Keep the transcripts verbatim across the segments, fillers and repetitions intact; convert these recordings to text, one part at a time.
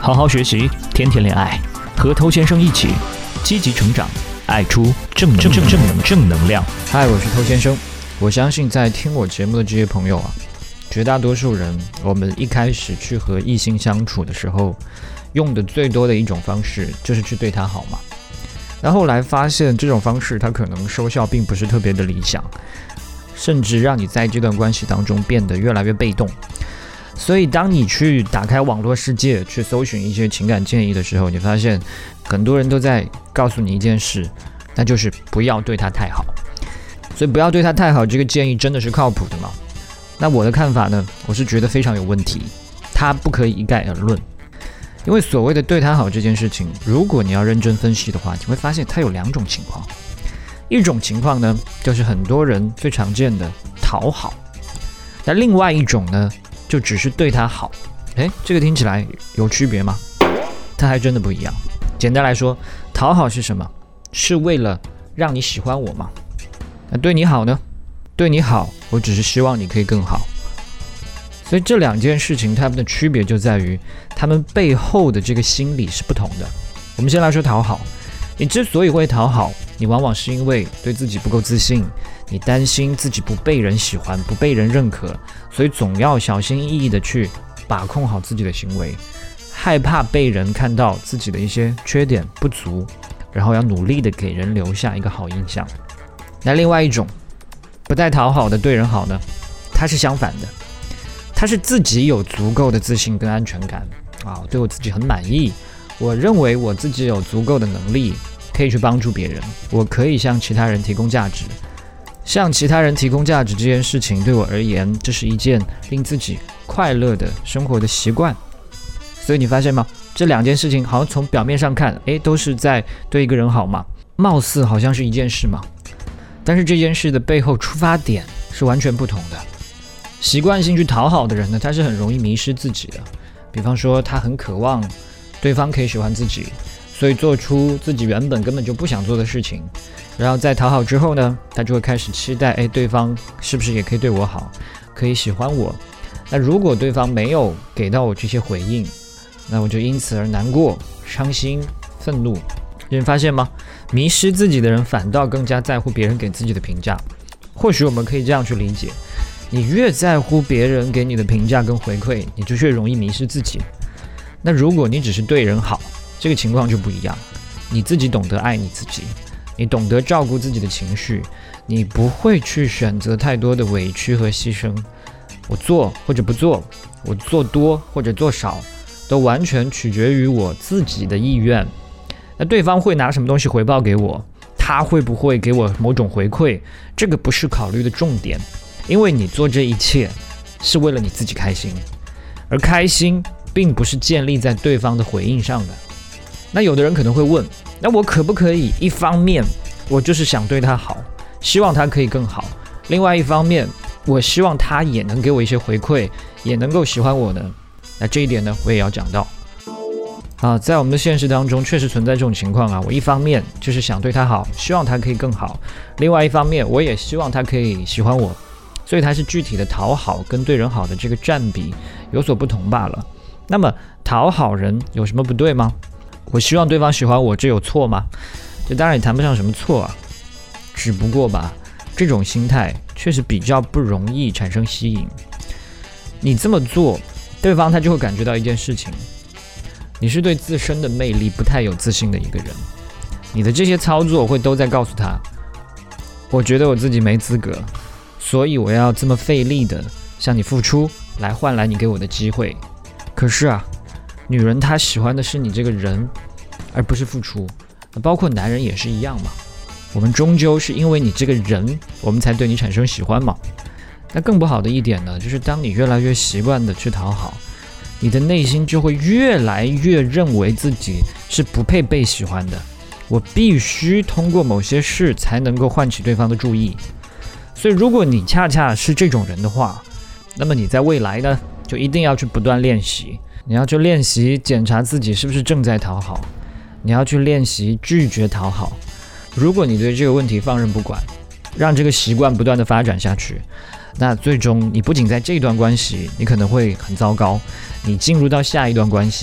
好好学习，天天恋爱，和头先生一起积极成长，爱出正正正正正能量。 嗨，我是头先生。我相信在听我节目的这些朋友啊，绝大多数人，我们一开始去和异性相处的时候，用的最多的一种方式就是去对他好嘛。然后后来发现这种方式它可能收效并不是特别的理想，甚至让你在这段关系当中变得越来越被动。所以当你去打开网络世界去搜寻一些情感建议的时候，你发现很多人都在告诉你一件事，那就是不要对他太好。所以不要对他太好这个建议真的是靠谱的吗？那我的看法呢，我是觉得非常有问题，它不可以一概而论。因为所谓的对他好这件事情，如果你要认真分析的话，你会发现它有两种情况。一种情况呢，就是很多人最常见的讨好，那另外一种呢，就只是对他好。诶，这个听起来有区别吗？它还真的不一样。简单来说，讨好是什么？是为了让你喜欢我吗？那对你好呢？对你好，我只是希望你可以更好。所以这两件事情它们的区别就在于它们背后的这个心理是不同的。我们先来说讨好，你之所以会讨好，你往往是因为对自己不够自信，你担心自己不被人喜欢，不被人认可，所以总要小心翼翼的去把控好自己的行为，害怕被人看到自己的一些缺点不足，然后要努力的给人留下一个好印象。那另外一种不太讨好的对人好呢，它是相反的，他是自己有足够的自信跟安全感啊，对我自己很满意，我认为我自己有足够的能力可以去帮助别人，我可以向其他人提供价值。向其他人提供价值这件事情对我而言，这是一件令自己快乐的生活的习惯。所以你发现吗？这两件事情好像从表面上看，诶，都是在对一个人好嘛，貌似好像是一件事嘛，但是这件事的背后出发点是完全不同的。习惯性去讨好的人呢，他是很容易迷失自己的。比方说，他很渴望对方可以喜欢自己，所以做出自己原本根本就不想做的事情。然后在讨好之后呢，他就会开始期待，哎，对方是不是也可以对我好，可以喜欢我？那如果对方没有给到我这些回应，那我就因此而难过、伤心、愤怒。你发现吗？迷失自己的人反倒更加在乎别人给自己的评价。或许我们可以这样去理解，你越在乎别人给你的评价跟回馈，你就越容易迷失自己。那如果你只是对人好，这个情况就不一样。你自己懂得爱你自己，你懂得照顾自己的情绪，你不会去选择太多的委屈和牺牲。我做或者不做，我做多或者做少，都完全取决于我自己的意愿。那对方会拿什么东西回报给我，他会不会给我某种回馈，这个不是考虑的重点。因为你做这一切是为了你自己开心，而开心并不是建立在对方的回应上的。那有的人可能会问，那我可不可以一方面我就是想对他好，希望他可以更好，另外一方面我希望他也能给我一些回馈，也能够喜欢我呢？那这一点呢，我也要讲到。啊，在我们的现实当中确实存在这种情况啊，我一方面就是想对他好，希望他可以更好，另外一方面我也希望他可以喜欢我，所以它是具体的讨好跟对人好的这个占比有所不同罢了。那么讨好人有什么不对吗？我希望对方喜欢我，这有错吗？这当然也谈不上什么错啊，只不过吧，这种心态确实比较不容易产生吸引。你这么做，对方他就会感觉到一件事情，你是对自身的魅力不太有自信的一个人。你的这些操作会都在告诉他，我觉得我自己没资格，所以我要这么费力的向你付出，来换来你给我的机会。可是啊，女人她喜欢的是你这个人，而不是付出。包括男人也是一样嘛，我们终究是因为你这个人，我们才对你产生喜欢嘛。那更不好的一点呢，就是当你越来越习惯的去讨好，你的内心就会越来越认为自己是不配被喜欢的，我必须通过某些事才能够唤起对方的注意。所以如果你恰恰是这种人的话，那么你在未来呢，就一定要去不断练习，你要去练习检查自己是不是正在讨好，你要去练习拒绝讨好。如果你对这个问题放任不管，让这个习惯不断的发展下去，那最终你不仅在这段关系你可能会很糟糕，你进入到下一段关系，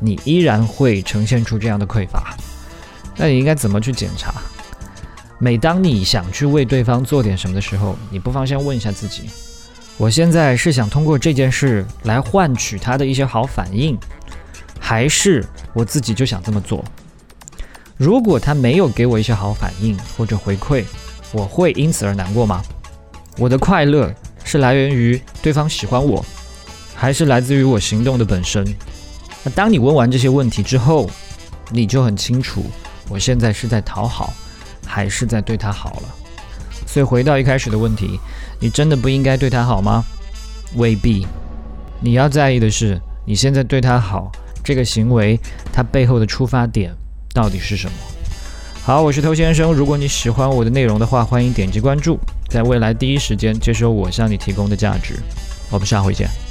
你依然会呈现出这样的匮乏。那你应该怎么去检查？每当你想去为对方做点什么的时候，你不妨先问一下自己，我现在是想通过这件事来换取他的一些好反应，还是我自己就想这么做？如果他没有给我一些好反应或者回馈，我会因此而难过吗？我的快乐是来源于对方喜欢我，还是来自于我行动的本身？那当你问完这些问题之后，你就很清楚，我现在是在讨好，还是在对他好了。所以回到一开始的问题，你真的不应该对他好吗？未必。你要在意的是，你现在对他好，这个行为它背后的出发点到底是什么？好，我是头先生。如果你喜欢我的内容的话，欢迎点击关注，在未来第一时间接收我向你提供的价值。我们下回见。